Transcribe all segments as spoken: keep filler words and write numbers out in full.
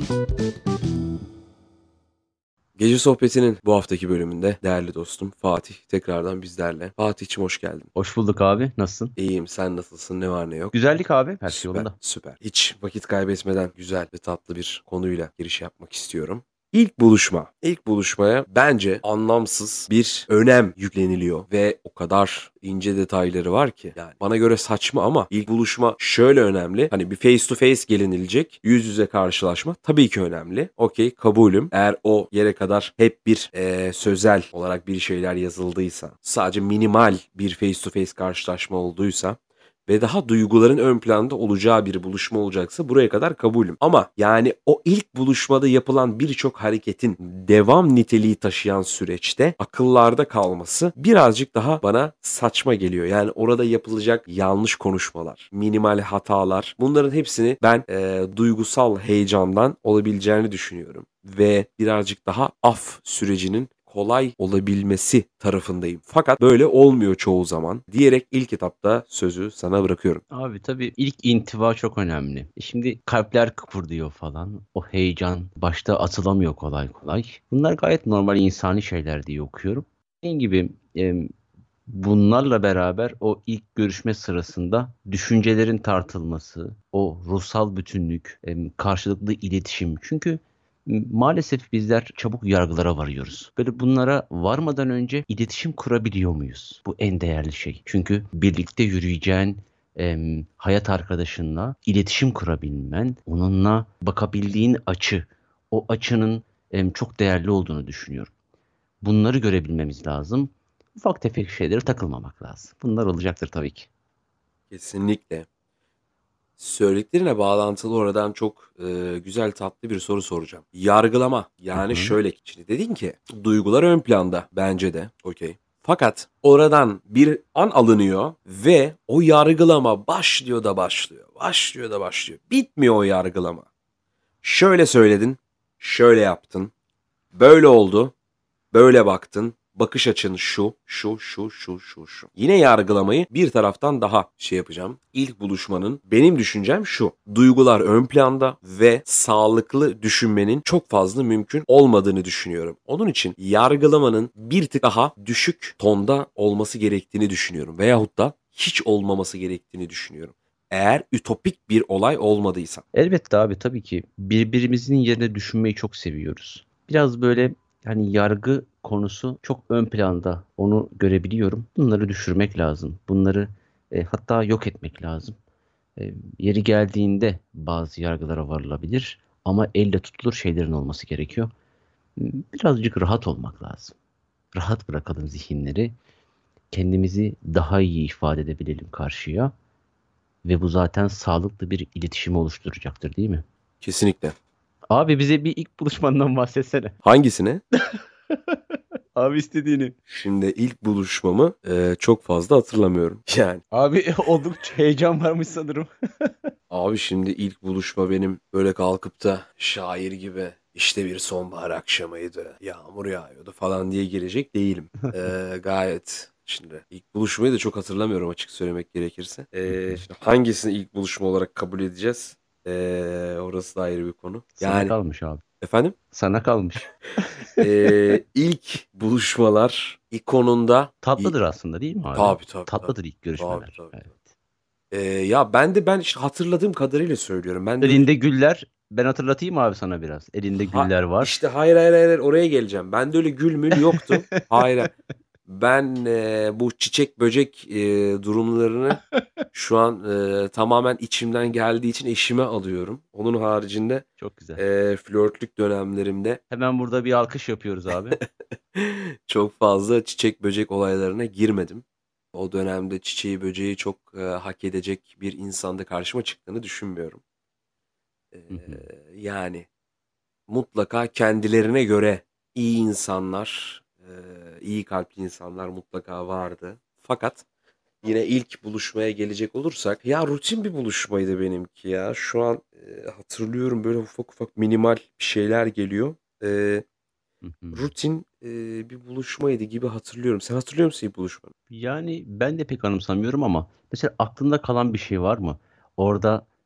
Gece Sohbeti'nin bu haftaki bölümünde değerli dostum Fatih tekrardan bizlerle. Fatih'cim hoş geldin. Hoş bulduk abi. Nasılsın? İyiyim, sen nasılsın, ne var ne yok? Güzellik abi. Her şey Süper, yolunda. süper. Hiç vakit kaybetmeden güzel ve tatlı bir konuyla giriş yapmak istiyorum. İlk buluşma. İlk buluşmaya bence anlamsız bir önem yükleniliyor ve o kadar ince detayları var ki. Yani bana göre saçma ama ilk buluşma şöyle önemli. Hani bir face to face gelinilecek, yüz yüze karşılaşma tabii ki önemli. Okey, kabulüm. Eğer o yere kadar hep bir eee, sözel olarak bir şeyler yazıldıysa, sadece minimal bir face to face karşılaşma olduysa ve daha duyguların ön planda olacağı bir buluşma olacaksa buraya kadar kabulüm. Ama yani o ilk buluşmada yapılan birçok hareketin devam niteliği taşıyan süreçte akıllarda kalması birazcık daha bana saçma geliyor. Yani orada yapılacak yanlış konuşmalar, minimal hatalar, bunların hepsini ben eee, duygusal heyecandan olabileceğini düşünüyorum. Ve birazcık daha af sürecinin kolay olabilmesi tarafındayım. Fakat böyle olmuyor çoğu zaman diyerek ilk etapta sözü sana bırakıyorum. Abi tabii ilk intiba çok önemli. E Şimdi kalpler kıpırdıyor falan. O heyecan başta atılamıyor kolay kolay. Bunlar gayet normal insani şeyler diye okuyorum. Dediğim gibi e, bunlarla beraber o ilk görüşme sırasında düşüncelerin tartılması, o ruhsal bütünlük, e, karşılıklı iletişim. Çünkü m- maalesef bizler çabuk yargılara varıyoruz. Böyle bunlara varmadan önce iletişim kurabiliyor muyuz? Bu en değerli şey. Çünkü birlikte yürüyeceğin em, hayat arkadaşınla iletişim kurabilmen, onunla bakabildiğin açı, o açının em, çok değerli olduğunu düşünüyorum. Bunları görebilmemiz lazım. Ufak tefek şeylere takılmamak lazım. Bunlar olacaktır tabii ki. Kesinlikle. Söylediklerine bağlantılı oradan çok e, güzel tatlı bir soru soracağım. Yargılama, Hı yani hı. şöyle, şimdi dedin ki duygular ön planda, bence de okey. Fakat oradan bir an alınıyor ve o yargılama başlıyor da başlıyor. Başlıyor da başlıyor. Bitmiyor o yargılama. Şöyle söyledin, şöyle yaptın, böyle oldu, böyle baktın, bakış açın şu, şu, şu, şu, şu, şu. Yine yargılamayı bir taraftan daha şey yapacağım. İlk buluşmanın benim düşüncem şu: duygular ön planda ve sağlıklı düşünmenin çok fazla mümkün olmadığını düşünüyorum. Onun için yargılamanın bir tık daha düşük tonda olması gerektiğini düşünüyorum. Veyahut da hiç olmaması gerektiğini düşünüyorum. Eğer ütopik bir olay olmadıysa. Elbette abi tabii ki birbirimizin yerine düşünmeyi çok seviyoruz. Biraz böyle hani yargı konusu çok ön planda. Onu görebiliyorum. Bunları düşürmek lazım. Bunları e, hatta yok etmek lazım. E, Yeri geldiğinde bazı yargılara varılabilir ama elle tutulur şeylerin olması gerekiyor. Birazcık rahat olmak lazım. Rahat bırakalım zihinleri. Kendimizi daha iyi ifade edebilelim karşıya ve bu zaten sağlıklı bir iletişim oluşturacaktır, değil mi? Kesinlikle. Abi bize bir ilk buluşmandan bahsetsene. Hangisine? Abi istediğini. Şimdi ilk buluşmamı eee, çok fazla hatırlamıyorum. Yani Abi oldukça heyecan varmış sanırım. abi, şimdi ilk buluşma benim böyle kalkıp da şair gibi işte bir sonbahar akşamıydı, yağmur yağıyordu falan diye girecek değilim. Eee, gayet şimdi ilk buluşmayı da çok hatırlamıyorum, açık söylemek gerekirse. Eee, şimdi hangisini ilk buluşma olarak kabul edeceğiz? Eee, orası da ayrı bir konu. Sana Yani kalmış abi. efendim? Sana kalmış. Eee ilk buluşmalar ikonunda i- Tatlıdır aslında değil mi abi? tabii tabii tabii. Tatlıdır ilk Tabii görüşmeler. tabii Evet. tabii. Ee, ya ben de ben işte hatırladığım kadarıyla söylüyorum. Ben de öyle Elinde güller. Ben hatırlatayım abi sana biraz. Elinde ha, güller var. işte hayır hayır hayır hayır, oraya geleceğim. Ben de öyle gül mül yoktu. Hayır. Ben e, bu çiçek böcek e, durumlarını şu an e, tamamen içimden geldiği için eşime alıyorum. Onun haricinde Çok güzel. e, flörtlük dönemlerimde Hemen burada bir alkış yapıyoruz abi. çok fazla çiçek böcek olaylarına girmedim. O dönemde çiçeği böceği çok e, hak edecek bir insanda karşıma çıktığını düşünmüyorum. E, Hı hı. yani mutlaka kendilerine göre iyi insanlar, e, iyi kalpli insanlar mutlaka vardı. Fakat yine ilk buluşmaya gelecek olursak, ya rutin bir buluşmaydı benimki ya. Şu an e, hatırlıyorum, böyle ufak ufak minimal bir şeyler geliyor. E, Hı hı. rutin e, bir buluşmaydı gibi hatırlıyorum. Sen hatırlıyor musun ilk buluşmanı? Yani ben de pek anımsamıyorum ama mesela aklında kalan bir şey var mı? Orada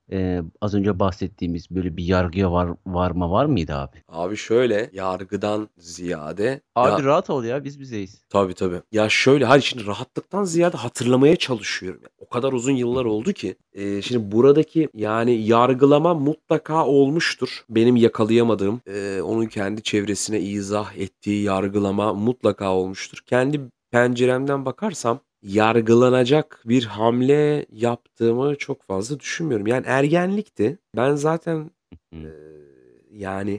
e, az önce bahsettiğimiz böyle bir yargıya var, varma var mıydı abi? Abi şöyle, yargıdan ziyade Abi ya, rahat ol ya, biz bizeyiz. tabii tabii. Ya şöyle, hayır, şimdi rahatlıktan ziyade hatırlamaya çalışıyorum. Yani o kadar uzun Hı yıllar hı. oldu ki. Ee, şimdi buradaki yani yargılama mutlaka olmuştur. Benim yakalayamadığım, e, onun kendi çevresine izah ettiği yargılama mutlaka olmuştur. Kendi penceremden bakarsam yargılanacak bir hamle yaptığımı çok fazla düşünmüyorum. Yani ergenlikti. Ben zaten e, Hı. yani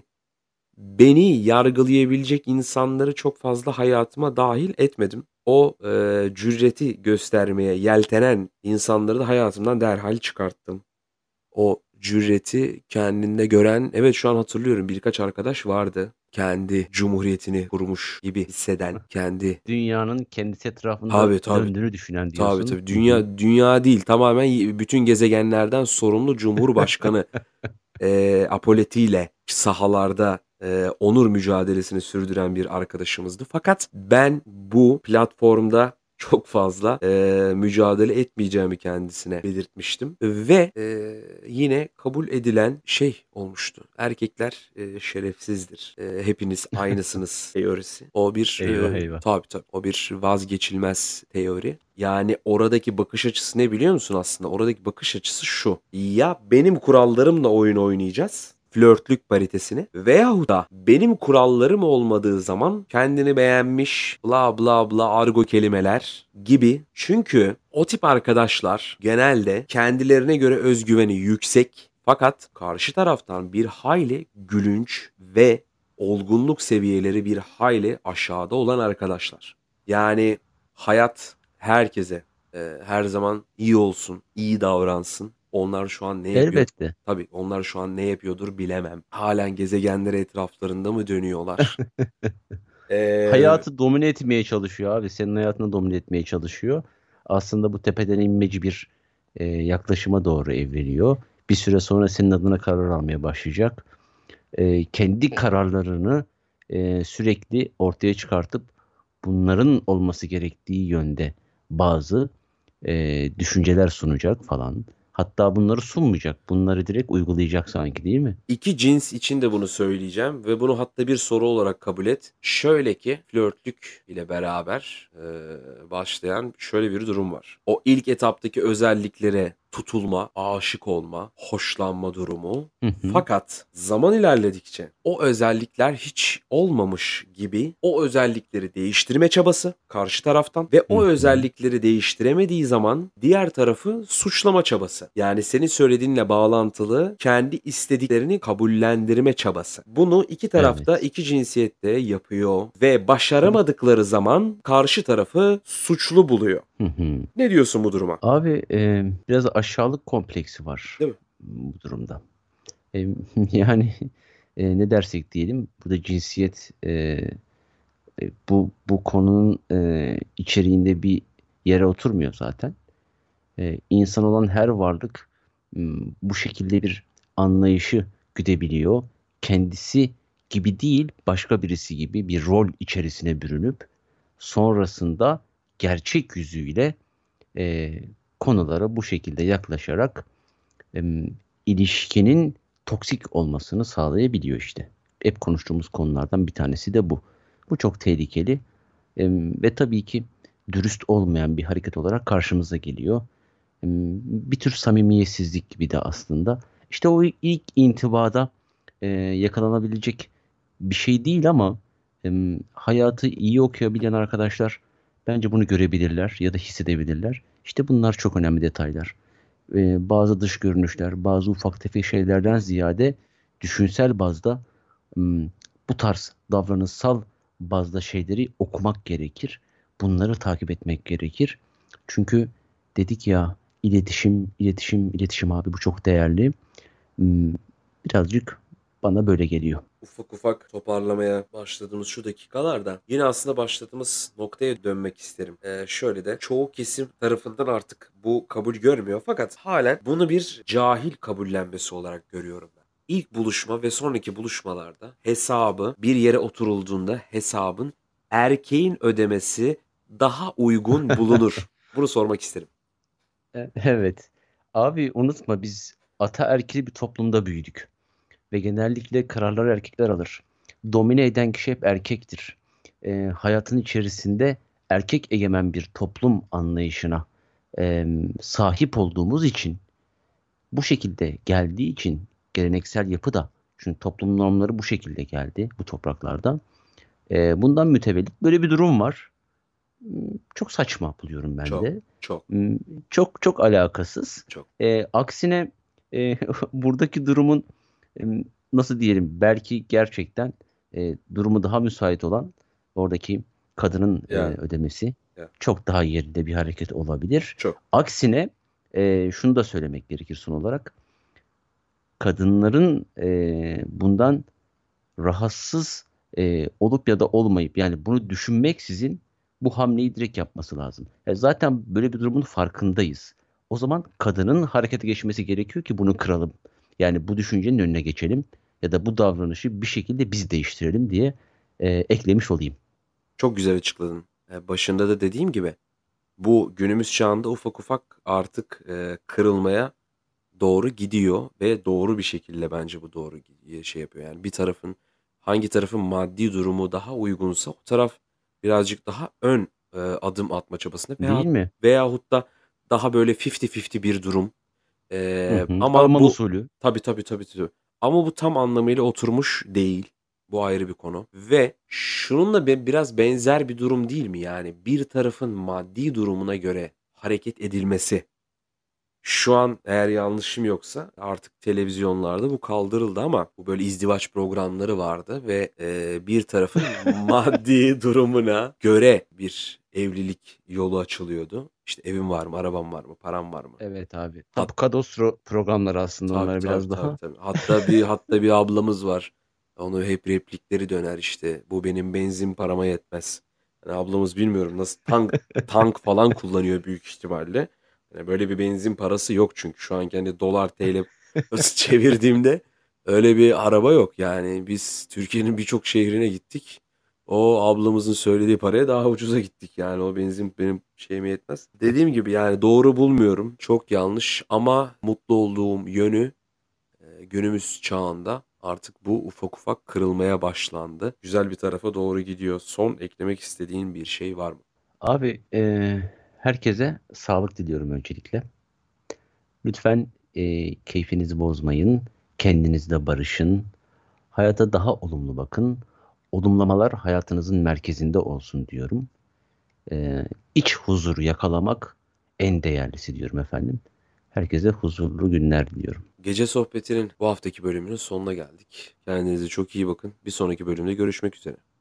beni yargılayabilecek insanları çok fazla hayatıma dahil etmedim. O e, cüreti göstermeye yeltenen insanları da hayatımdan derhal çıkarttım. O cüreti kendinde gören, evet, şu an hatırlıyorum, birkaç arkadaş vardı. Kendi cumhuriyetini kurmuş gibi hisseden, kendi, Dünyanın kendisi etrafında tabii tabii, döndüğünü düşünen tabii diyorsun. tabii, Hı hı. dünya dünya değil, tamamen y- bütün gezegenlerden sorumlu Cumhurbaşkanı e, apoletiyle sahalarda e, onur mücadelesini sürdüren bir arkadaşımızdı. Fakat ben bu platformda çok fazla e, mücadele etmeyeceğimi kendisine belirtmiştim. Ve e, yine kabul edilen şey olmuştu. Erkekler e, şerefsizdir. E, hepiniz aynısınız teorisi. O bir Eyvah e, eyvah. tabii tabii, o bir vazgeçilmez teori. Yani oradaki bakış açısı ne biliyor musun aslında? Oradaki bakış açısı şu: ya benim kurallarımla oyun oynayacağız, flörtlük paritesini, veyahut da benim kurallarım olmadığı zaman kendini beğenmiş bla bla bla argo kelimeler gibi. Çünkü o tip arkadaşlar genelde kendilerine göre özgüveni yüksek, fakat karşı taraftan bir hayli gülünç ve olgunluk seviyeleri bir hayli aşağıda olan arkadaşlar. Yani hayat herkese e, her zaman iyi olsun, iyi davransın. Onlar şu an ne yapıyor? Elbette. Tabii onlar şu an ne yapıyordur bilemem. Halen gezegenleri etraflarında mı dönüyorlar? Ee, Hayatı domine etmeye çalışıyor abi. Senin hayatını domine etmeye çalışıyor. Aslında bu tepeden inmeci bir e, yaklaşıma doğru evriliyor. Bir süre sonra senin adına karar almaya başlayacak. E, kendi kararlarını e, sürekli ortaya çıkartıp bunların olması gerektiği yönde bazı e, düşünceler sunacak falan. Hatta bunları sunmayacak. Bunları direkt uygulayacak sanki, değil mi? İki cins için de bunu söyleyeceğim ve bunu hatta bir soru olarak kabul et. Şöyle ki, flörtlük ile beraber e, başlayan şöyle bir durum var. O ilk etaptaki özelliklere tutulma, aşık olma, hoşlanma durumu. Hı hı. Fakat zaman ilerledikçe o özellikler hiç olmamış gibi o özellikleri değiştirme çabası karşı taraftan ve Hı o hı. özellikleri değiştiremediği zaman diğer tarafı suçlama çabası. Yani senin söylediğinle bağlantılı kendi istediklerini kabullendirme çabası. Bunu iki tarafta, Evet. iki cinsiyette yapıyor ve başaramadıkları zaman karşı tarafı suçlu buluyor. Hı hı. Ne diyorsun bu duruma? Abi e, biraz aşağılık kompleksi var Değil mi? bu durumda. E, yani e, ne dersek diyelim, bu da cinsiyet e, e, bu bu konunun e, içeriğinde bir yere oturmuyor zaten. E, insan olan her varlık m, bu şekilde bir anlayışı güdebiliyor. Kendisi gibi değil, başka birisi gibi bir rol içerisine bürünüp sonrasında gerçek yüzüyle e, konulara bu şekilde yaklaşarak em, ilişkinin toksik olmasını sağlayabiliyor işte. Hep konuştuğumuz konulardan bir tanesi de bu. Bu çok tehlikeli. Em, ve tabii ki dürüst olmayan bir hareket olarak karşımıza geliyor. Em, bir tür samimiyetsizlik gibi de aslında. İşte o ilk intibada e, yakalanabilecek bir şey değil ama em, hayatı iyi okuyabilen arkadaşlar bence bunu görebilirler ya da hissedebilirler. İşte bunlar çok önemli detaylar. E, bazı dış görünüşler, bazı ufak tefek şeylerden ziyade düşünsel bazda m, bu tarz davranışsal bazda şeyleri okumak gerekir. Bunları takip etmek gerekir. Çünkü dedik ya, iletişim, iletişim, iletişim abi, bu çok değerli. M, Birazcık bana böyle geliyor. Ufak ufak toparlamaya başladığımız şu dakikalarda yine aslında başladığımız noktaya dönmek isterim. Ee, şöyle de çoğu kesim tarafından artık bu kabul görmüyor, fakat halen bunu bir cahil kabullenmesi olarak görüyorum ben. İlk buluşma ve sonraki buluşmalarda hesabı bir yere oturulduğunda hesabın erkeğin ödemesi daha uygun bulunur. Bunu sormak isterim. E, Evet. Abi unutma, biz ataerkil bir toplumda büyüdük. Ve genellikle kararları erkekler alır. Domine eden kişi hep erkektir. Ee, hayatın içerisinde erkek egemen bir toplum anlayışına e, sahip olduğumuz için, bu şekilde geldiği için geleneksel yapı da, çünkü toplum normları bu şekilde geldi bu topraklarda. Ee, bundan mütevellit böyle bir durum var. Hmm, Çok saçma buluyorum ben Çok, de. çok, Hmm, Çok çok alakasız. çok. Ee, aksine e, buradaki durumun em, nasıl diyelim, belki gerçekten e, durumu daha müsait olan oradaki kadının e, Yani, ödemesi ya, çok daha yerinde bir hareket olabilir. çok. Aksine e, şunu da söylemek gerekir son olarak. Kadınların e, bundan rahatsız e, olup ya da olmayıp, yani bunu düşünmeksizin bu hamleyi direkt yapması lazım. E, zaten böyle bir durumun farkındayız. O zaman kadının harekete geçmesi gerekiyor ki bunu kıralım. Yani bu düşüncenin önüne geçelim ya da bu davranışı bir şekilde biz değiştirelim diye e, eklemiş olayım. Çok güzel açıkladın. E, başında da dediğim gibi bu günümüz çağında ufak ufak artık e, kırılmaya doğru gidiyor ve doğru bir şekilde bence bu doğru gi- şey yapıyor. Yani bir tarafın hangi tarafın maddi durumu daha uygunsa o taraf birazcık daha ön e, adım atma çabasında veya Değil mi? veyahut da daha böyle elli elli bir durum. Hı E, hı. ama Alman bu usulü. tabii tabii tabii tabii. Ama bu tam anlamıyla oturmuş değil. Bu ayrı bir konu. Ve şununla be- biraz benzer bir durum değil mi? Yani bir tarafın maddi durumuna göre hareket edilmesi. Şu an eğer yanlışım yoksa artık televizyonlarda bu kaldırıldı ama bu böyle izdivaç programları vardı ve e, bir tarafın maddi durumuna göre bir evlilik yolu açılıyordu. İşte evin var mı, araban var mı, param var mı? Evet abi. Hat Tapu kadastro programları aslında tabii onlar tabii biraz tabii daha. tabii. Hatta bir hatta bir ablamız var. Onu hep replikleri döner işte. Bu benim benzin parama yetmez. Yani ablamız bilmiyorum nasıl tank tank falan kullanıyor büyük ihtimalle. Yani böyle bir benzin parası yok çünkü şu an kendi dolar T L çevirdiğimde öyle bir araba yok. Yani biz Türkiye'nin birçok şehrine gittik. O ablamızın söylediği paraya daha ucuza gittik. Yani o benzin benim şeyime yetmez. Dediğim gibi yani doğru bulmuyorum. Çok yanlış ama mutlu olduğum yönü e, günümüz çağında artık bu ufak ufak kırılmaya başlandı. Güzel bir tarafa doğru gidiyor. Son eklemek istediğin bir şey var mı? Abi e, herkese sağlık diliyorum öncelikle. Lütfen e, keyfinizi bozmayın. Kendinizle barışın. Hayata daha olumlu bakın. Olumlamalar hayatınızın merkezinde olsun diyorum. E, iç huzuru yakalamak en değerlisi diyorum efendim. Herkese huzurlu günler diliyorum. Gece sohbetinin bu haftaki bölümünün sonuna geldik. Kendinize çok iyi bakın. Bir sonraki bölümde görüşmek üzere.